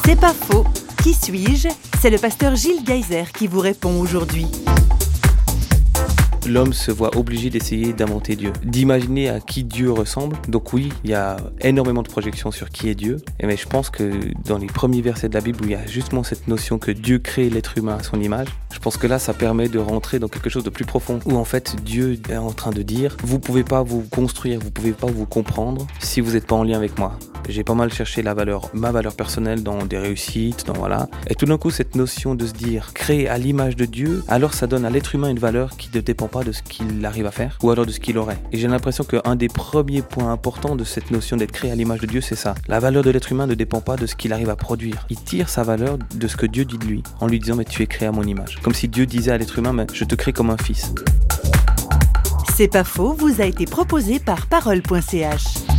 C'est pas faux. Qui suis-je ? C'est le pasteur Gilles Geiser qui vous répond aujourd'hui. L'homme se voit obligé d'essayer d'inventer Dieu, d'imaginer à qui Dieu ressemble. Donc oui, il y a énormément de projections sur qui est Dieu. Mais je pense que dans les premiers versets de la Bible où il y a justement cette notion que Dieu crée l'être humain à son image, je pense que là, ça permet de rentrer dans quelque chose de plus profond. Où en fait, Dieu est en train de dire, vous pouvez pas vous construire, vous pouvez pas vous comprendre si vous n'êtes pas en lien avec moi. J'ai pas mal cherché ma valeur personnelle dans des réussites, Et tout d'un coup, cette notion de se dire, créé à l'image de Dieu, alors ça donne à l'être humain une valeur qui ne dépend pas de ce qu'il arrive à faire, ou alors de ce qu'il aurait. Et j'ai l'impression qu'un des premiers points importants de cette notion d'être créé à l'image de Dieu, c'est ça. La valeur de l'être humain ne dépend pas de ce qu'il arrive à produire. Il tire sa valeur de ce que Dieu dit de lui, en lui disant, mais tu es créé à mon image. Comme si Dieu disait à l'être humain, mais je te crée comme un fils. C'est pas faux, vous a été proposé par parole.ch.